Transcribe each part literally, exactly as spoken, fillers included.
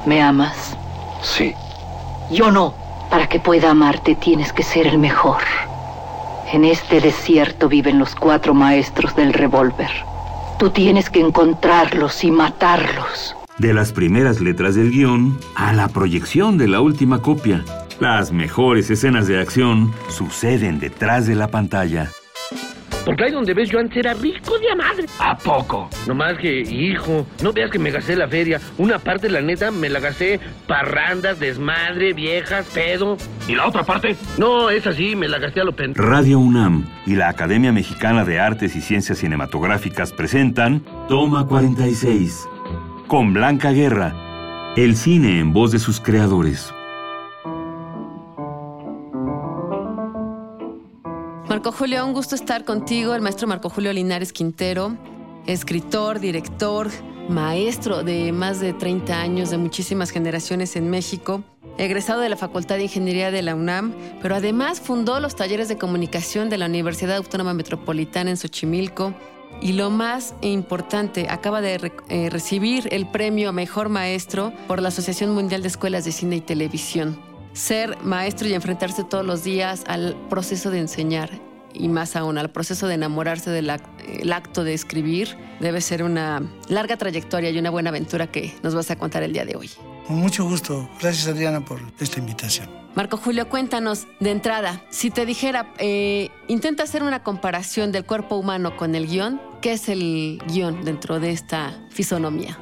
¿Me amas? Sí. Yo no. Para que pueda amarte tienes que ser el mejor. En este desierto viven los cuatro maestros del revólver. Tú tienes que encontrarlos y matarlos. De las primeras letras del guión a la proyección de la última copia. Las mejores escenas de acción suceden detrás de la pantalla. Porque ahí donde ves yo antes era rico de a madre. ¿A poco? No más que, hijo, no veas que me gasté la feria. Una parte, la neta, me la gasté parrandas, desmadre, viejas, pedo. ¿Y la otra parte? No, esa sí, me la gasté a lo pendejo. Radio UNAM y la Academia Mexicana de Artes y Ciencias Cinematográficas presentan Toma cuarenta y seis, con Blanca Guerra, el cine en voz de sus creadores. Marco Julio, un gusto estar contigo, el maestro Marco Julio Linares Quintero, escritor, director, maestro de más de treinta años, de muchísimas generaciones en México, egresado de la Facultad de Ingeniería de la UNAM, pero además fundó los talleres de comunicación de la Universidad Autónoma Metropolitana en Xochimilco y lo más importante, acaba de re- eh, recibir el premio a Mejor Maestro por la Asociación Mundial de Escuelas de Cine y Televisión. Ser maestro y enfrentarse todos los días al proceso de enseñar y más aún al proceso de enamorarse del act- el acto de escribir debe ser una larga trayectoria y una buena aventura que nos vas a contar el día de hoy. Con mucho gusto. Gracias, Adriana, por esta invitación. Marco Julio, cuéntanos de entrada, si te dijera, eh, intenta hacer una comparación del cuerpo humano con el guión, ¿qué es el guión dentro de esta fisonomía?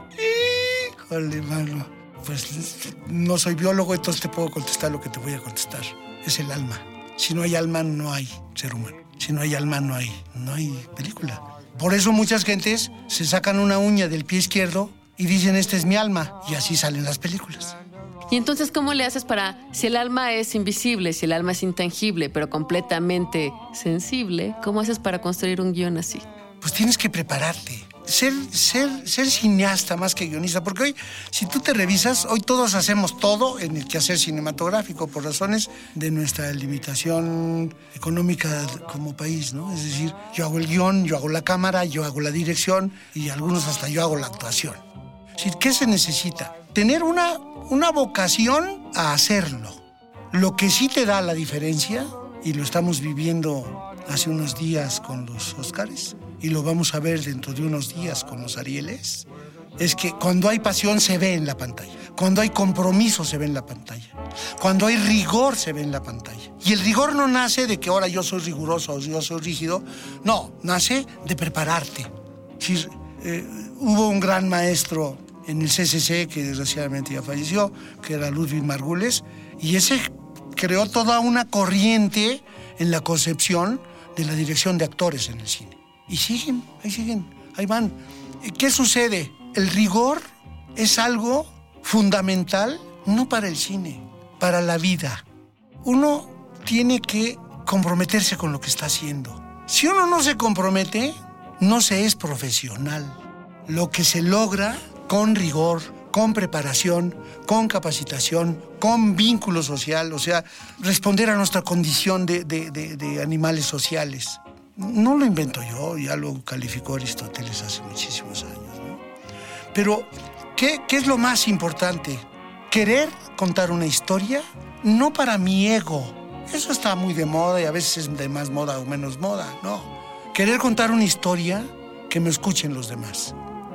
Híjole, mano. Pues no soy biólogo, entonces te puedo contestar lo que te voy a contestar. Es el alma. Si no hay alma, no hay ser humano. Si no hay alma, no hay, no hay película. Por eso muchas gentes se sacan una uña del pie izquierdo y dicen, esta es mi alma. Y así salen las películas. Y entonces, ¿cómo le haces para, si el alma es invisible, si el alma es intangible, pero completamente sensible, ¿cómo haces para construir un guión así? Pues tienes que prepararte. Ser, ser, ser cineasta más que guionista, porque hoy, si tú te revisas, hoy todos hacemos todo en el quehacer cinematográfico por razones de nuestra limitación económica como país, ¿no? Es decir, yo hago el guión, yo hago la cámara, yo hago la dirección y algunos hasta yo hago la actuación. ¿Qué se necesita? Tener una, una vocación a hacerlo. Lo que sí te da la diferencia, y lo estamos viviendo hace unos días con los Óscares, y lo vamos a ver dentro de unos días con los Arieles, es que cuando hay pasión se ve en la pantalla, cuando hay compromiso se ve en la pantalla, cuando hay rigor se ve en la pantalla. Y el rigor no nace de que ahora yo soy riguroso o yo soy rígido, no, nace de prepararte. Es decir, eh, hubo un gran maestro en el C C C que desgraciadamente ya falleció, que era Ludwig Margules, y ese creó toda una corriente en la concepción de la dirección de actores en el cine. Y siguen, ahí siguen, ahí van. ¿Qué sucede? El rigor es algo fundamental, no para el cine, para la vida. Uno tiene que comprometerse con lo que está haciendo. Si uno no se compromete, no se es profesional. Lo que se logra con rigor, con preparación, con capacitación, con vínculo social, o sea, responder a nuestra condición de, de, de, de animales sociales. No lo invento yo, ya lo calificó Aristóteles hace muchísimos años, ¿no? Pero, ¿qué, qué es lo más importante? Querer contar una historia, no para mi ego. Eso está muy de moda y a veces es de más moda o menos moda, no. Querer contar una historia que me escuchen los demás.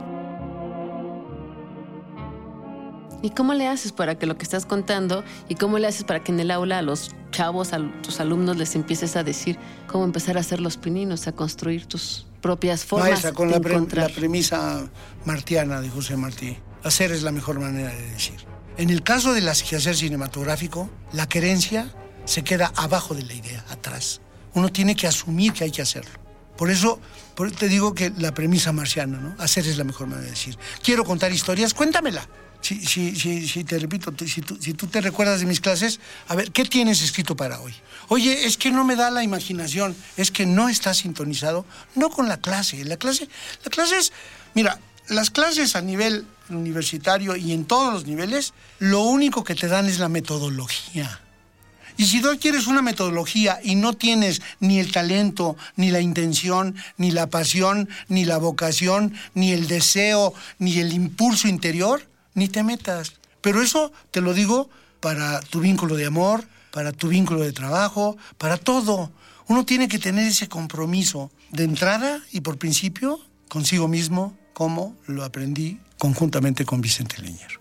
¿Y cómo le haces para que lo que estás contando y cómo le haces para que en el aula a los chavos, a tus alumnos les empieces a decir cómo empezar a hacer los pininos, a construir tus propias formas? Maestra, con de la, pre- encontrar. la premisa martiana de José Martí, hacer es la mejor manera de decir. En el caso del quehacer cinematográfico, la querencia se queda abajo de la idea, atrás. Uno tiene que asumir que hay que hacerlo. Por eso, por eso te digo que la premisa marciana, ¿no? Hacer es la mejor manera de decir. Quiero contar historias, cuéntamela. Si, si, si, si te repito, si tú, si tú te recuerdas de mis clases, a ver, ¿qué tienes escrito para hoy? Oye, es que no me da la imaginación, es que no estás sintonizado, no con la clase. La clase, la clase es, mira, las clases a nivel universitario y en todos los niveles, lo único que te dan es la metodología. Y si tú quieres una metodología y no tienes ni el talento, ni la intención, ni la pasión, ni la vocación, ni el deseo, ni el impulso interior, ni te metas. Pero eso te lo digo para tu vínculo de amor, para tu vínculo de trabajo, para todo. Uno tiene que tener ese compromiso de entrada y por principio consigo mismo, como lo aprendí conjuntamente con Vicente Leñero.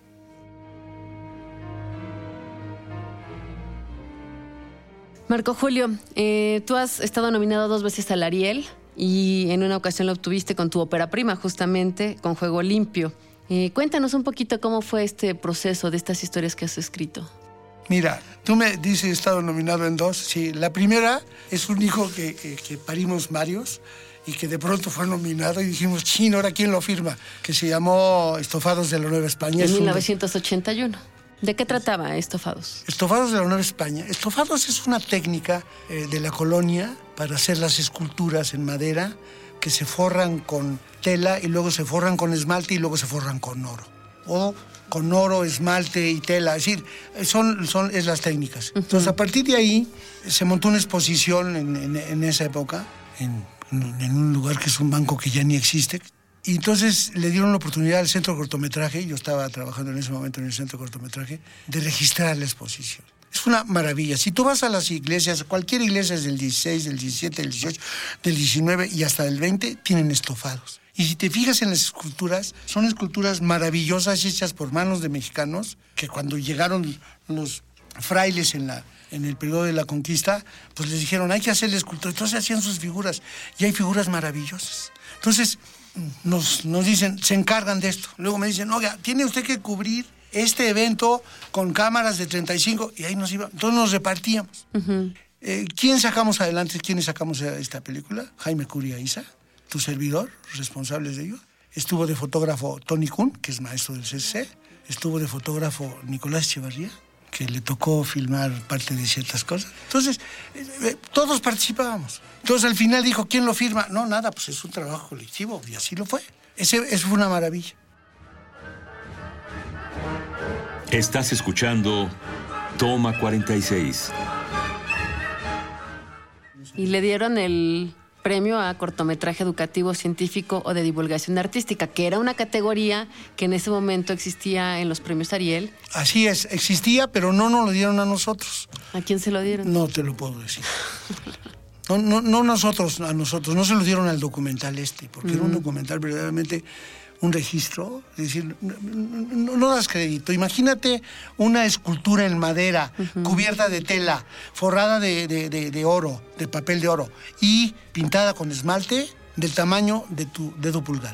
Marco Julio, eh, tú has estado nominado dos veces al Ariel y en una ocasión lo obtuviste con tu ópera prima, justamente, con Juego Limpio. Eh, cuéntanos un poquito cómo fue este proceso de estas historias que has escrito. Mira, tú me dices he estado nominado en dos. Sí, la primera es un hijo que, que, que parimos varios y que de pronto fue nominado y dijimos, chin, ¿ahora quién lo firma? Que se llamó Estofados de la Nueva España. En mil novecientos ochenta y uno. ¿De qué trataba Estofados? Estofados de la Nueva España. Estofados es una técnica eh, de la colonia para hacer las esculturas en madera que se forran con tela y luego se forran con esmalte y luego se forran con oro. O con oro, esmalte y tela. Es decir, son, son es las técnicas. Uh-huh. Entonces, a partir de ahí, se montó una exposición en, en, en esa época, en, en un lugar que es un banco que ya ni existe. Y entonces le dieron la oportunidad al Centro de Cortometraje, yo estaba trabajando en ese momento en el Centro de Cortometraje, de registrar la exposición. Es una maravilla. Si tú vas a las iglesias, cualquier iglesia es del dieciséis, del diecisiete, del dieciocho, del diecinueve y hasta del veinte, tienen estofados. Y si te fijas en las esculturas, son esculturas maravillosas hechas por manos de mexicanos, que cuando llegaron los frailes en, la, en el periodo de la conquista, pues les dijeron, hay que hacerle escultura. Entonces hacían sus figuras, y hay figuras maravillosas. Entonces nos, nos dicen, se encargan de esto. Luego me dicen, oiga, tiene usted que cubrir este evento con cámaras de treinta y cinco, y ahí nos iba. Entonces nos repartíamos. Uh-huh. Eh, ¿Quién sacamos adelante? ¿Quiénes sacamos esta película? Jaime Curiaiza, tu servidor, responsables de ello. Estuvo de fotógrafo Tony Kuhn, que es maestro del C C C. Estuvo de fotógrafo Nicolás Echevarría, que le tocó filmar parte de ciertas cosas. Entonces, eh, eh, todos participábamos. Entonces, al final dijo, ¿quién lo firma? No, nada, pues es un trabajo colectivo, y así lo fue. Ese, eso fue una maravilla. Estás escuchando Toma cuarenta y seis. Y le dieron el premio a cortometraje educativo, científico o de divulgación artística, que era una categoría que en ese momento existía en los premios Ariel. Así es, existía, pero no nos lo dieron a nosotros. ¿A quién se lo dieron? No te lo puedo decir. No, no, no nosotros, a nosotros, no se lo dieron al documental este, porque mm. era un documental verdaderamente un registro, es decir, no, no, no das crédito. Imagínate una escultura en madera, uh-huh. cubierta de tela, forrada de, de, de, de oro, de papel de oro, y pintada con esmalte del tamaño de tu dedo pulgar.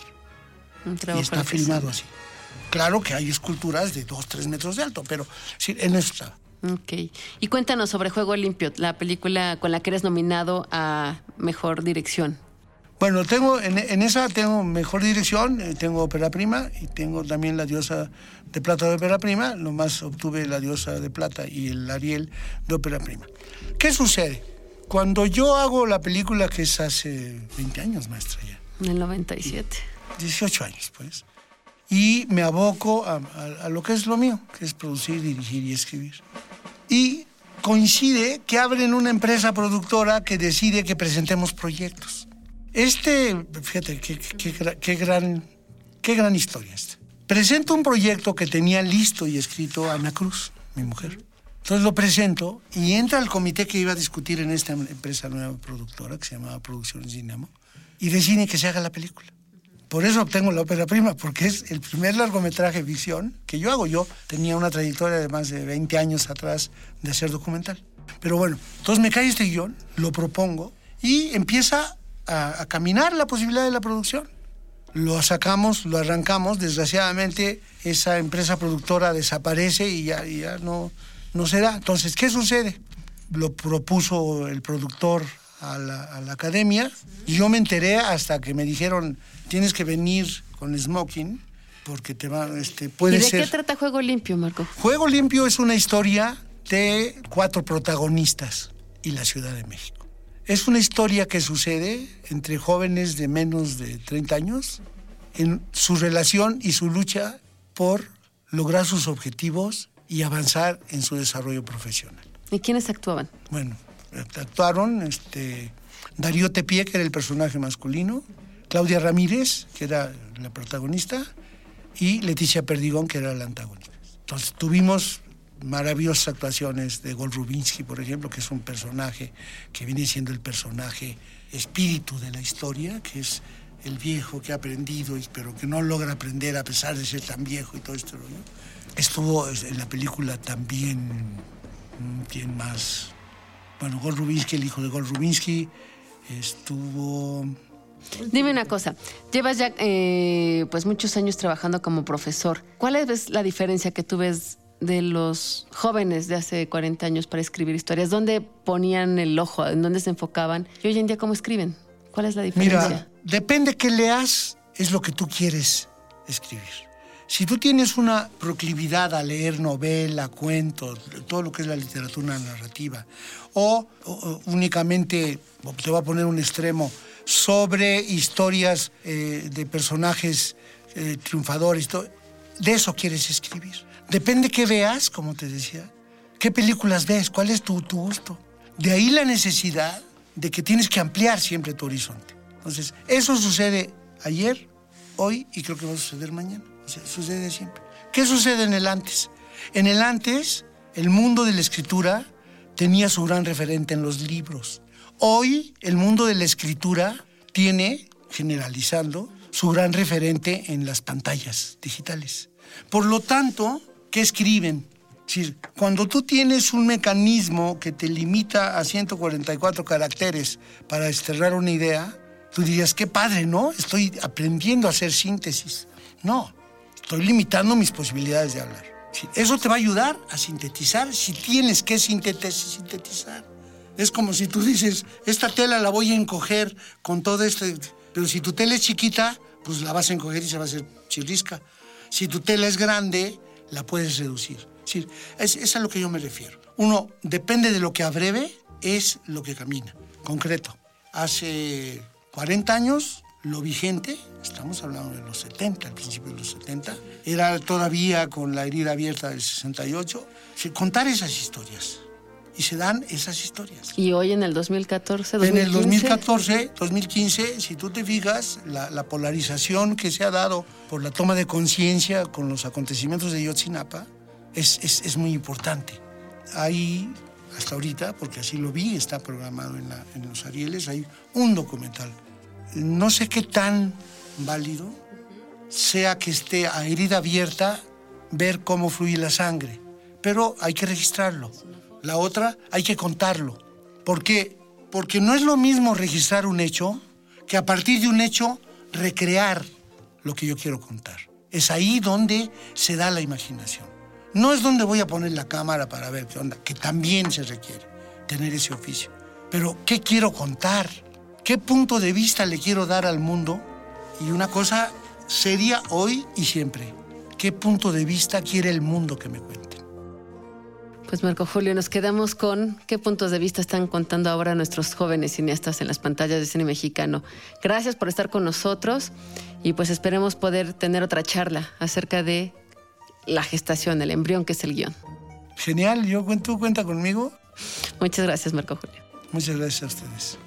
Y está filmado así. Claro que hay esculturas de dos, tres metros de alto, pero sí, en eso estaba. Ok. Y cuéntanos sobre Juego Limpio, la película con la que eres nominado a Mejor Dirección. Bueno, tengo en, en esa tengo Mejor Dirección, eh, tengo Ópera Prima y tengo también la Diosa de Plata de Ópera Prima. Nomás obtuve la Diosa de Plata y el Ariel de Ópera Prima. ¿Qué sucede? Cuando yo hago la película, que es hace veinte años, maestra, ya. En el noventa y siete. dieciocho años, pues. Y me aboco a, a, a lo que es lo mío, que es producir, dirigir y escribir. Y coincide que abren una empresa productora que decide que presentemos proyectos. Este, fíjate, qué, qué, qué, gran, qué gran historia esta. Presento un proyecto que tenía listo y escrito Ana Cruz, mi mujer. Entonces lo presento y entra al comité que iba a discutir en esta empresa nueva productora, que se llamaba Producciones Dinamo, y decide que se haga la película. Por eso obtengo la ópera prima, porque es el primer largometraje ficción que yo hago. Yo tenía una trayectoria de más de veinte años atrás de hacer documental. Pero bueno, entonces me cae este guión, lo propongo y empieza A, a caminar la posibilidad de la producción. Lo sacamos, lo arrancamos. Desgraciadamente, esa empresa productora desaparece y ya, y ya no, no se da. Entonces, ¿qué sucede? Lo propuso el productor a la, a la academia y yo me enteré hasta que me dijeron, tienes que venir con smoking porque te va, este, puede ser... ¿Y de qué trata Juego Limpio, Marco? Juego Limpio es una historia de cuatro protagonistas y la Ciudad de México. Es una historia que sucede entre jóvenes de menos de treinta años en su relación y su lucha por lograr sus objetivos y avanzar en su desarrollo profesional. ¿Y quiénes actuaban? Bueno, actuaron este, Darío Tepié, que era el personaje masculino, Claudia Ramírez, que era la protagonista, y Leticia Perdigón, que era la antagonista. Entonces tuvimos maravillosas actuaciones de Gol Rubinsky, por ejemplo, que es un personaje que viene siendo el personaje espíritu de la historia, que es el viejo que ha aprendido, pero que no logra aprender a pesar de ser tan viejo y todo esto, ¿no? Estuvo en la película también, ¿quién más? Bueno, Gol Rubinsky, el hijo de Gol Rubinsky, estuvo... Dime una cosa, llevas ya eh, pues muchos años trabajando como profesor. ¿Cuál es la diferencia que tú ves de los jóvenes de hace cuarenta años para escribir historias? ¿Dónde ponían el ojo? ¿En dónde se enfocaban? ¿Y hoy en día cómo escriben? ¿Cuál es la diferencia? Mira, depende qué leas, es lo que tú quieres escribir. Si tú tienes una proclividad a leer novela, cuentos, todo lo que es la literatura narrativa, o, o únicamente, te voy a poner un extremo, sobre historias eh, de personajes eh, triunfadores, todo, de eso quieres escribir. Depende qué veas, como te decía, qué películas ves, cuál es tu, tu gusto. De ahí la necesidad de que tienes que ampliar siempre tu horizonte. Entonces, eso sucede ayer, hoy y creo que va a suceder mañana. O sea, sucede siempre. ¿Qué sucede en el antes? En el antes, el mundo de la escritura tenía su gran referente en los libros. Hoy, el mundo de la escritura tiene, generalizando, su gran referente en las pantallas digitales. Por lo tanto, ¿qué escriben? Es decir, cuando tú tienes un mecanismo que te limita a ciento cuarenta y cuatro caracteres para desterrar una idea, tú dirías, qué padre, ¿no? Estoy aprendiendo a hacer síntesis. No, estoy limitando mis posibilidades de hablar. Eso te va a ayudar a sintetizar si tienes que sintetizar. Es como si tú dices, esta tela la voy a encoger con todo esto, pero si tu tela es chiquita, pues la vas a encoger y se va a hacer chirrisca. Si tu tela es grande, la puedes reducir. Es decir, es, es a lo que yo me refiero. Uno, depende de lo que abreve, es lo que camina. Concreto, hace cuarenta años, lo vigente, estamos hablando de los setenta, al principio de los setenta, era todavía con la herida abierta del sesenta y ocho, contar esas historias. Y se dan esas historias. ¿Y hoy en el dos mil catorce, dos mil quince? En el dos mil catorce, dos mil quince, si tú te fijas, la, la polarización que se ha dado por la toma de conciencia con los acontecimientos de Ayotzinapa es, es, es muy importante. Hay, hasta ahorita, porque así lo vi, está programado en, la, en los Arieles, hay un documental. No sé qué tan válido sea que esté a herida abierta ver cómo fluye la sangre, pero hay que registrarlo. La otra, hay que contarlo. ¿Por qué? Porque no es lo mismo registrar un hecho que a partir de un hecho recrear lo que yo quiero contar. Es ahí donde se da la imaginación. No es donde voy a poner la cámara para ver qué onda, que también se requiere tener ese oficio. Pero, ¿qué quiero contar? ¿Qué punto de vista le quiero dar al mundo? Y una cosa seria hoy y siempre. ¿Qué punto de vista quiere el mundo que me cuente? Pues Marco Julio, nos quedamos con qué puntos de vista están contando ahora nuestros jóvenes cineastas en las pantallas de cine mexicano. Gracias por estar con nosotros y pues esperemos poder tener otra charla acerca de la gestación, el embrión que es el guión. Genial, yo cuento, cuenta conmigo. Muchas gracias, Marco Julio. Muchas gracias a ustedes.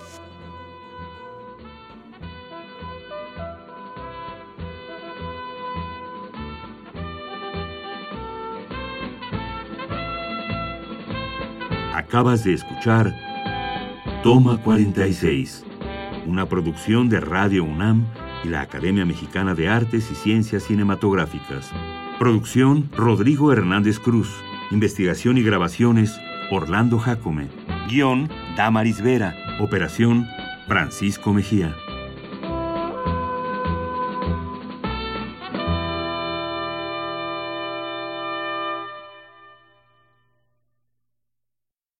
Acabas de escuchar Toma cuarenta y seis, una producción de Radio UNAM y la Academia Mexicana de Artes y Ciencias Cinematográficas. Producción Rodrigo Hernández Cruz. Investigación y grabaciones Orlando Jacome. Guión Damaris Vera. Operación Francisco Mejía.